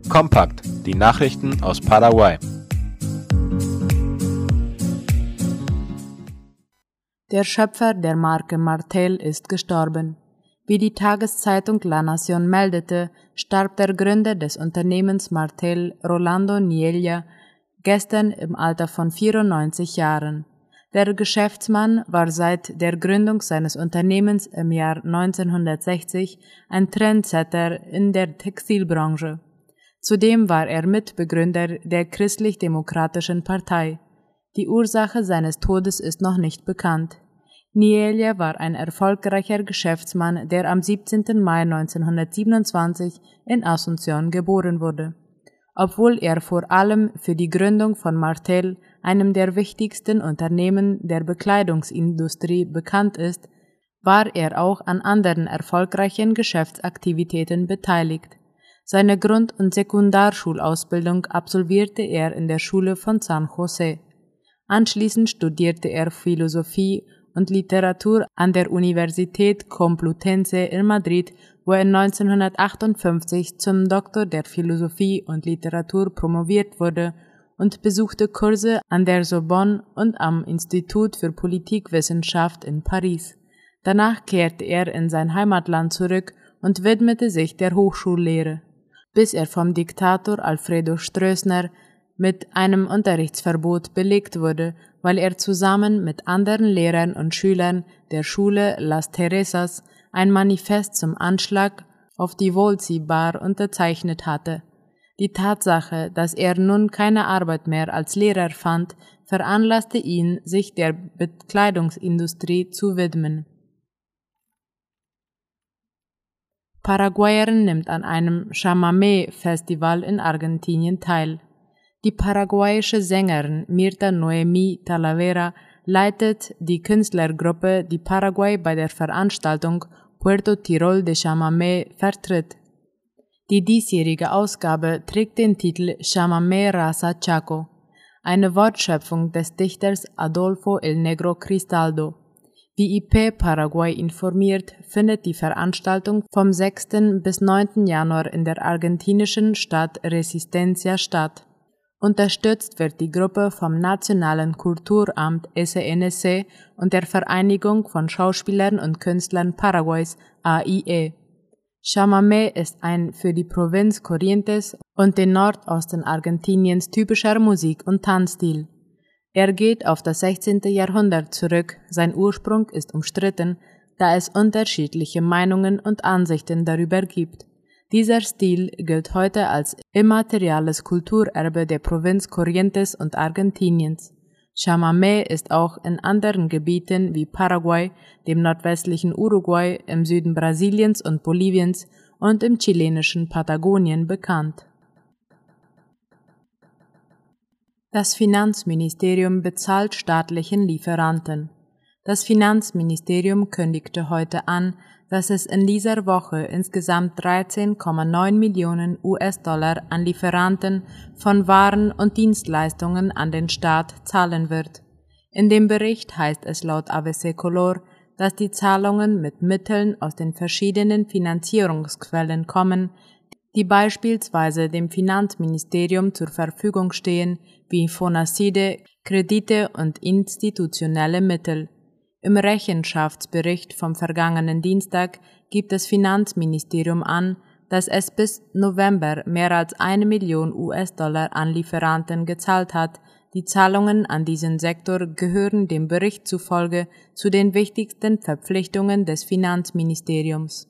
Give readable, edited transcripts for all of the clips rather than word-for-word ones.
Kompakt, die Nachrichten aus Paraguay. Der Schöpfer der Marke Martel ist gestorben. Wie die Tageszeitung La Nación meldete, starb der Gründer des Unternehmens Martel, Rolando Niella, gestern im Alter von 94 Jahren. Der Geschäftsmann war seit der Gründung seines Unternehmens im Jahr 1960 ein Trendsetter in der Textilbranche. Zudem war er Mitbegründer der Christlich-Demokratischen Partei. Die Ursache seines Todes ist noch nicht bekannt. Niella war ein erfolgreicher Geschäftsmann, der am 17. Mai 1927 in Asunción geboren wurde. Obwohl er vor allem für die Gründung von Martel, einem der wichtigsten Unternehmen der Bekleidungsindustrie, bekannt ist, war er auch an anderen erfolgreichen Geschäftsaktivitäten beteiligt. Seine Grund- und Sekundarschulausbildung absolvierte er in der Schule von San José. Anschließend studierte er Philosophie und Literatur an der Universität Complutense in Madrid, wo er 1958 zum Doktor der Philosophie und Literatur promoviert wurde und besuchte Kurse an der Sorbonne und am Institut für Politikwissenschaft in Paris. Danach kehrte er in sein Heimatland zurück und widmete sich der Hochschullehre, bis er vom Diktator Alfredo Stroessner mit einem Unterrichtsverbot belegt wurde, weil er zusammen mit anderen Lehrern und Schülern der Schule Las Teresas ein Manifest zum Anschlag auf die Wolsey Bar unterzeichnet hatte. Die Tatsache, dass er nun keine Arbeit mehr als Lehrer fand, veranlasste ihn, sich der Bekleidungsindustrie zu widmen. Paraguayerin nimmt an einem Chamamé-Festival in Argentinien teil. Die paraguayische Sängerin Mirta Noemi Talavera leitet die Künstlergruppe, die Paraguay bei der Veranstaltung Puerto Tirol de Chamamé vertritt. Die diesjährige Ausgabe trägt den Titel Chamamé Raza Chaco, eine Wortschöpfung des Dichters Adolfo El Negro Cristaldo. Wie IP Paraguay informiert, findet die Veranstaltung vom 6. bis 9. Januar in der argentinischen Stadt Resistencia statt. Unterstützt wird die Gruppe vom Nationalen Kulturamt SNC und der Vereinigung von Schauspielern und Künstlern Paraguays AIE. Chamamé ist ein für die Provinz Corrientes und den Nordosten Argentiniens typischer Musik- und Tanzstil. Er geht auf das 16. Jahrhundert zurück, sein Ursprung ist umstritten, da es unterschiedliche Meinungen und Ansichten darüber gibt. Dieser Stil gilt heute als immateriales Kulturerbe der Provinz Corrientes und Argentiniens. Chamamé ist auch in anderen Gebieten wie Paraguay, dem nordwestlichen Uruguay, im Süden Brasiliens und Boliviens und im chilenischen Patagonien bekannt. Das Finanzministerium bezahlt staatlichen Lieferanten. Das Finanzministerium kündigte heute an, dass es in dieser Woche insgesamt 13,9 Millionen US-Dollar an Lieferanten von Waren und Dienstleistungen an den Staat zahlen wird. In dem Bericht heißt es laut ABC Color, dass die Zahlungen mit Mitteln aus den verschiedenen Finanzierungsquellen kommen, die beispielsweise dem Finanzministerium zur Verfügung stehen, wie Fonacide, Kredite und institutionelle Mittel. Im Rechenschaftsbericht vom vergangenen Dienstag gibt das Finanzministerium an, dass es bis November mehr als 1 Million US-Dollar an Lieferanten gezahlt hat. Die Zahlungen an diesen Sektor gehören dem Bericht zufolge zu den wichtigsten Verpflichtungen des Finanzministeriums.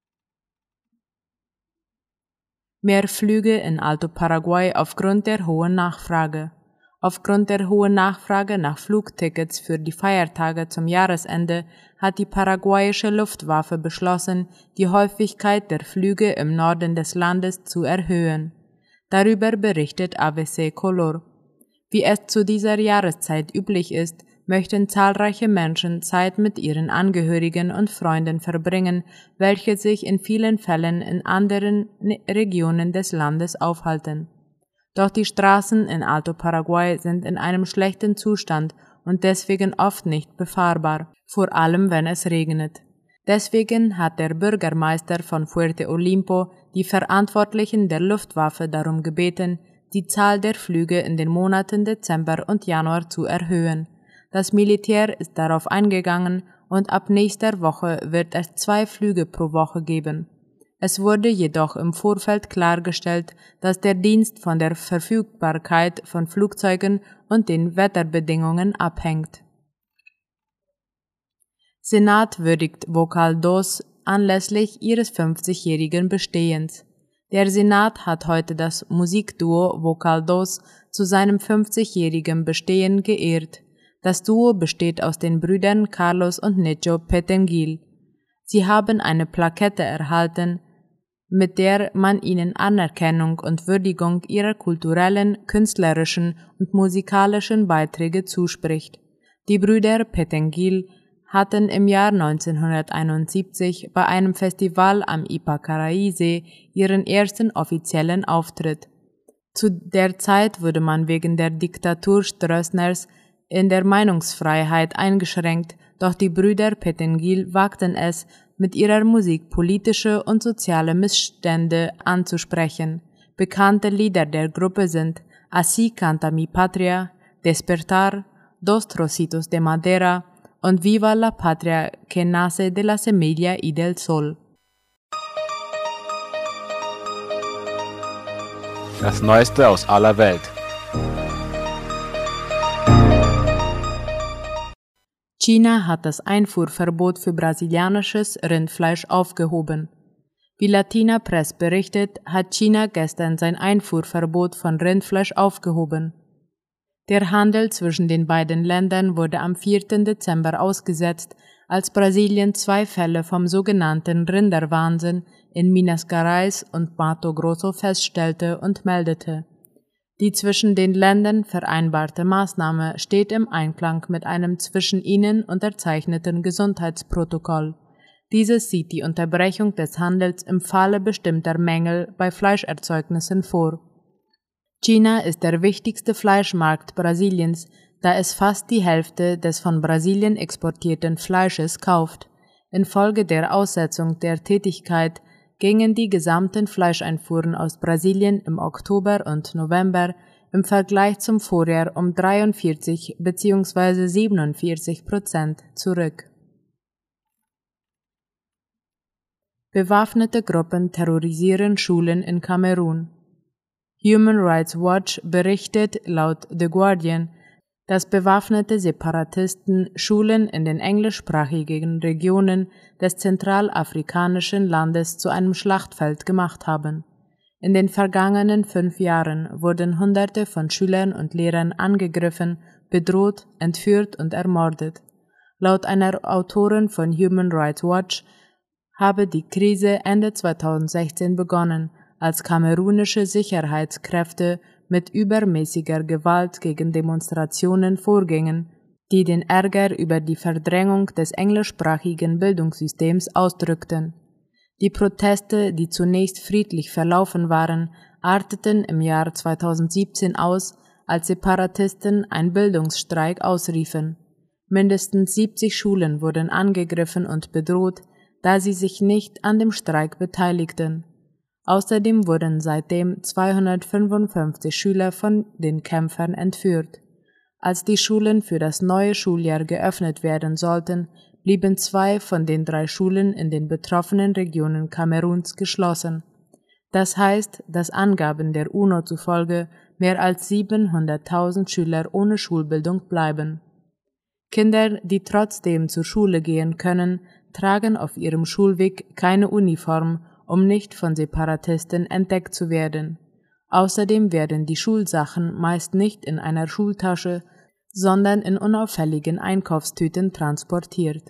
Mehr Flüge in Alto Paraguay aufgrund der hohen Nachfrage. Aufgrund der hohen Nachfrage nach Flugtickets für die Feiertage zum Jahresende hat die paraguayische Luftwaffe beschlossen, die Häufigkeit der Flüge im Norden des Landes zu erhöhen. Darüber berichtet ABC Color. Wie es zu dieser Jahreszeit üblich ist, möchten zahlreiche Menschen Zeit mit ihren Angehörigen und Freunden verbringen, welche sich in vielen Fällen in anderen Regionen des Landes aufhalten. Doch die Straßen in Alto Paraguay sind in einem schlechten Zustand und deswegen oft nicht befahrbar, vor allem wenn es regnet. Deswegen hat der Bürgermeister von Fuerte Olimpo die Verantwortlichen der Luftwaffe darum gebeten, die Zahl der Flüge in den Monaten Dezember und Januar zu erhöhen. Das Militär ist darauf eingegangen und ab nächster Woche wird es 2 Flüge pro Woche geben. Es wurde jedoch im Vorfeld klargestellt, dass der Dienst von der Verfügbarkeit von Flugzeugen und den Wetterbedingungen abhängt. Senat würdigt Vocal Dos anlässlich ihres 50-jährigen Bestehens. Der Senat hat heute das Musikduo Vocal Dos zu seinem 50-jährigen Bestehen geehrt. Das Duo besteht aus den Brüdern Carlos und Necho Pettengill. Sie haben eine Plakette erhalten, mit der man ihnen Anerkennung und Würdigung ihrer kulturellen, künstlerischen und musikalischen Beiträge zuspricht. Die Brüder Pettengill hatten im Jahr 1971 bei einem Festival am Ipacaraí-See ihren ersten offiziellen Auftritt. Zu der Zeit wurde man wegen der Diktatur Stroessners in der Meinungsfreiheit eingeschränkt, doch die Brüder Pettengill wagten es, mit ihrer Musik politische und soziale Missstände anzusprechen. Bekannte Lieder der Gruppe sind Así canta mi patria, Despertar, Dos trocitos de madera und Viva la patria que nace de la semilla y del sol. Das Neueste aus aller Welt. China hat das Einfuhrverbot für brasilianisches Rindfleisch aufgehoben. Wie Latina Press berichtet, hat China gestern sein Einfuhrverbot von Rindfleisch aufgehoben. Der Handel zwischen den beiden Ländern wurde am 4. Dezember ausgesetzt, als Brasilien 2 Fälle vom sogenannten Rinderwahnsinn in Minas Gerais und Mato Grosso feststellte und meldete. Die zwischen den Ländern vereinbarte Maßnahme steht im Einklang mit einem zwischen ihnen unterzeichneten Gesundheitsprotokoll. Dieses sieht die Unterbrechung des Handels im Falle bestimmter Mängel bei Fleischerzeugnissen vor. China ist der wichtigste Fleischmarkt Brasiliens, da es fast die Hälfte des von Brasilien exportierten Fleisches kauft. Infolge der Aussetzung der Tätigkeit gingen die gesamten Fleischeinfuhren aus Brasilien im Oktober und November im Vergleich zum Vorjahr um 43 bzw. 47% zurück. Bewaffnete Gruppen terrorisieren Schulen in Kamerun. Human Rights Watch berichtet laut The Guardian, dass bewaffnete Separatisten Schulen in den englischsprachigen Regionen des zentralafrikanischen Landes zu einem Schlachtfeld gemacht haben. In den vergangenen 5 Jahren wurden Hunderte von Schülern und Lehrern angegriffen, bedroht, entführt und ermordet. Laut einer Autorin von Human Rights Watch habe die Krise Ende 2016 begonnen, als kamerunische Sicherheitskräfte mit übermäßiger Gewalt gegen Demonstrationen vorgingen, die den Ärger über die Verdrängung des englischsprachigen Bildungssystems ausdrückten. Die Proteste, die zunächst friedlich verlaufen waren, arteten im Jahr 2017 aus, als Separatisten einen Bildungsstreik ausriefen. Mindestens 70 Schulen wurden angegriffen und bedroht, da sie sich nicht an dem Streik beteiligten. Außerdem wurden seitdem 255 Schüler von den Kämpfern entführt. Als die Schulen für das neue Schuljahr geöffnet werden sollten, blieben 2 von den 3 Schulen in den betroffenen Regionen Kameruns geschlossen. Das heißt, dass Angaben der UNO zufolge mehr als 700.000 Schüler ohne Schulbildung bleiben. Kinder, die trotzdem zur Schule gehen können, tragen auf ihrem Schulweg keine Uniform, um nicht von Separatisten entdeckt zu werden. Außerdem werden die Schulsachen meist nicht in einer Schultasche, sondern in unauffälligen Einkaufstüten transportiert.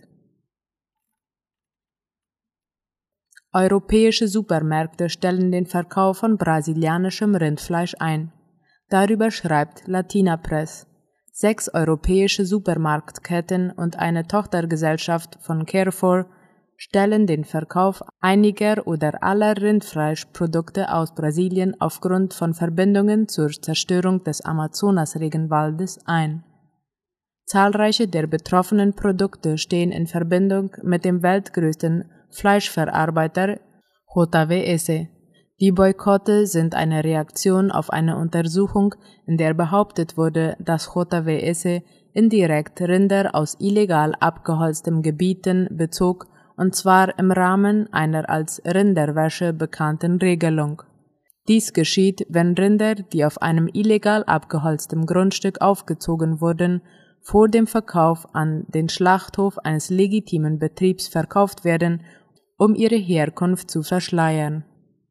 Europäische Supermärkte stellen den Verkauf von brasilianischem Rindfleisch ein. Darüber schreibt Latina Press. 6 europäische Supermarktketten und eine Tochtergesellschaft von Carrefour stellen den Verkauf einiger oder aller Rindfleischprodukte aus Brasilien aufgrund von Verbindungen zur Zerstörung des Amazonas-Regenwaldes ein. Zahlreiche der betroffenen Produkte stehen in Verbindung mit dem weltgrößten Fleischverarbeiter JWS. Die Boykotte sind eine Reaktion auf eine Untersuchung, in der behauptet wurde, dass JWS indirekt Rinder aus illegal abgeholzten Gebieten bezog, und zwar im Rahmen einer als Rinderwäsche bekannten Regelung. Dies geschieht, wenn Rinder, die auf einem illegal abgeholzten Grundstück aufgezogen wurden, vor dem Verkauf an den Schlachthof eines legitimen Betriebs verkauft werden, um ihre Herkunft zu verschleiern.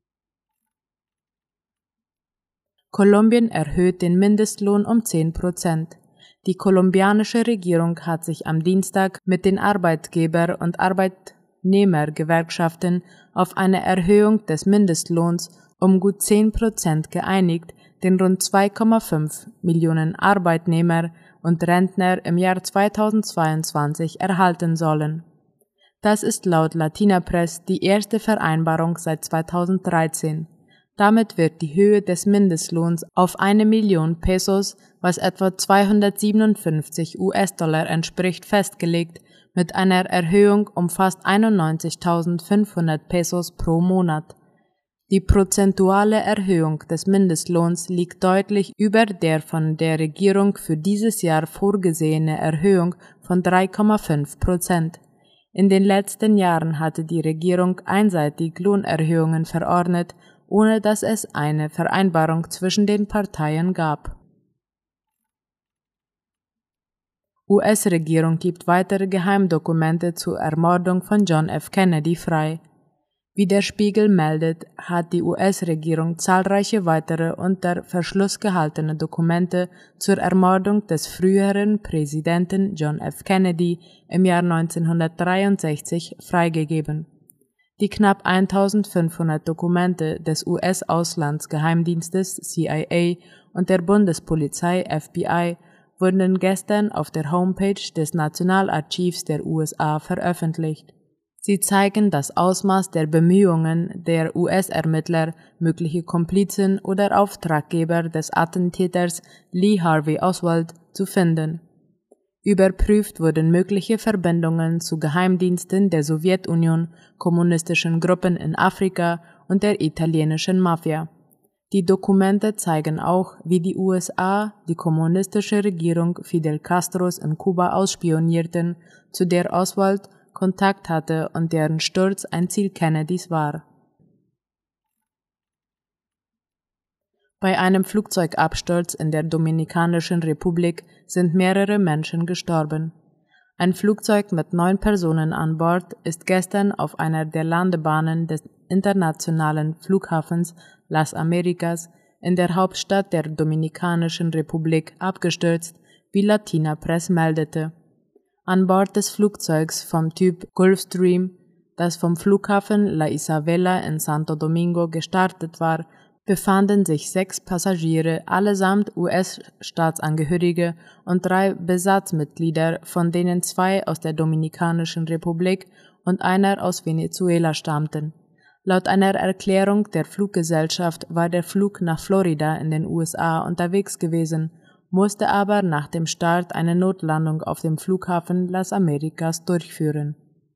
Kolumbien erhöht den Mindestlohn um 10%. Die kolumbianische Regierung hat sich am Dienstag mit den Arbeitgeber- und Arbeitnehmergewerkschaften auf eine Erhöhung des Mindestlohns um gut 10% geeinigt, den rund 2,5 Millionen Arbeitnehmer und Rentner im Jahr 2022 erhalten sollen. Das ist laut Latina Press die erste Vereinbarung seit 2013. Damit wird die Höhe des Mindestlohns auf 1 Million Pesos, was etwa 257 US-Dollar entspricht, festgelegt, mit einer Erhöhung um fast 91.500 Pesos pro Monat. Die prozentuale Erhöhung des Mindestlohns liegt deutlich über der von der Regierung für dieses Jahr vorgesehene Erhöhung von 3,5%. In den letzten Jahren hatte die Regierung einseitig Lohnerhöhungen verordnet, ohne dass es eine Vereinbarung zwischen den Parteien gab. US-Regierung gibt weitere Geheimdokumente zur Ermordung von John F. Kennedy frei. Wie der Spiegel meldet, hat die US-Regierung zahlreiche weitere unter Verschluss gehaltene Dokumente zur Ermordung des früheren Präsidenten John F. Kennedy im Jahr 1963 freigegeben. Die knapp 1500 Dokumente des US-Auslandsgeheimdienstes CIA und der Bundespolizei FBI wurden gestern auf der Homepage des Nationalarchivs der USA veröffentlicht. Sie zeigen das Ausmaß der Bemühungen der US-Ermittler, mögliche Komplizen oder Auftraggeber des Attentäters Lee Harvey Oswald zu finden. Überprüft wurden mögliche Verbindungen zu Geheimdiensten der Sowjetunion, kommunistischen Gruppen in Afrika und der italienischen Mafia. Die Dokumente zeigen auch, wie die USA die kommunistische Regierung Fidel Castros in Kuba ausspionierten, zu der Oswald Kontakt hatte und deren Sturz ein Ziel Kennedys war. Bei einem Flugzeugabsturz in der Dominikanischen Republik sind mehrere Menschen gestorben. Ein Flugzeug mit 9 Personen an Bord ist gestern auf einer der Landebahnen des internationalen Flughafens Las Americas in der Hauptstadt der Dominikanischen Republik abgestürzt, wie Latina Press meldete. An Bord des Flugzeugs vom Typ Gulfstream, das vom Flughafen La Isabela in Santo Domingo gestartet war, befanden sich 6 Passagiere, allesamt US-Staatsangehörige und 3 Besatzmitglieder, von denen 2 aus der Dominikanischen Republik und einer aus Venezuela stammten. Laut einer Erklärung der Fluggesellschaft war der Flug nach Florida in den USA unterwegs gewesen, musste aber nach dem Start eine Notlandung auf dem Flughafen Las Americas durchführen.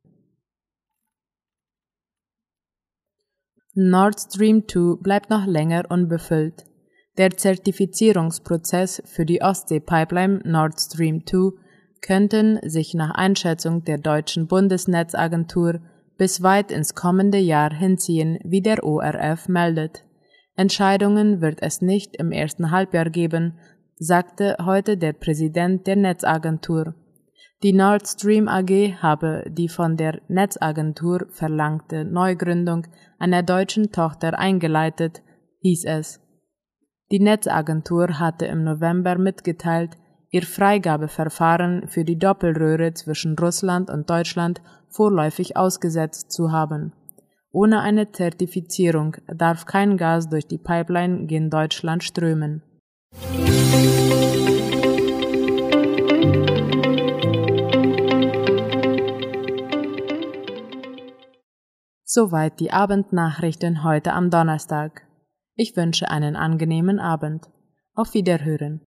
Nord Stream 2 bleibt noch länger unbefüllt. Der Zertifizierungsprozess für die Ostsee-Pipeline Nord Stream 2 könnten sich nach Einschätzung der deutschen Bundesnetzagentur bis weit ins kommende Jahr hinziehen, wie der ORF meldet. Entscheidungen wird es nicht im ersten Halbjahr geben, sagte heute der Präsident der Netzagentur. Die Nord Stream AG habe die von der Netzagentur verlangte Neugründung einer deutschen Tochter eingeleitet, hieß es. Die Netzagentur hatte im November mitgeteilt, ihr Freigabeverfahren für die Doppelröhre zwischen Russland und Deutschland vorläufig ausgesetzt zu haben. Ohne eine Zertifizierung darf kein Gas durch die Pipeline gen Deutschland strömen. Soweit die Abendnachrichten heute am Donnerstag. Ich wünsche einen angenehmen Abend. Auf Wiederhören.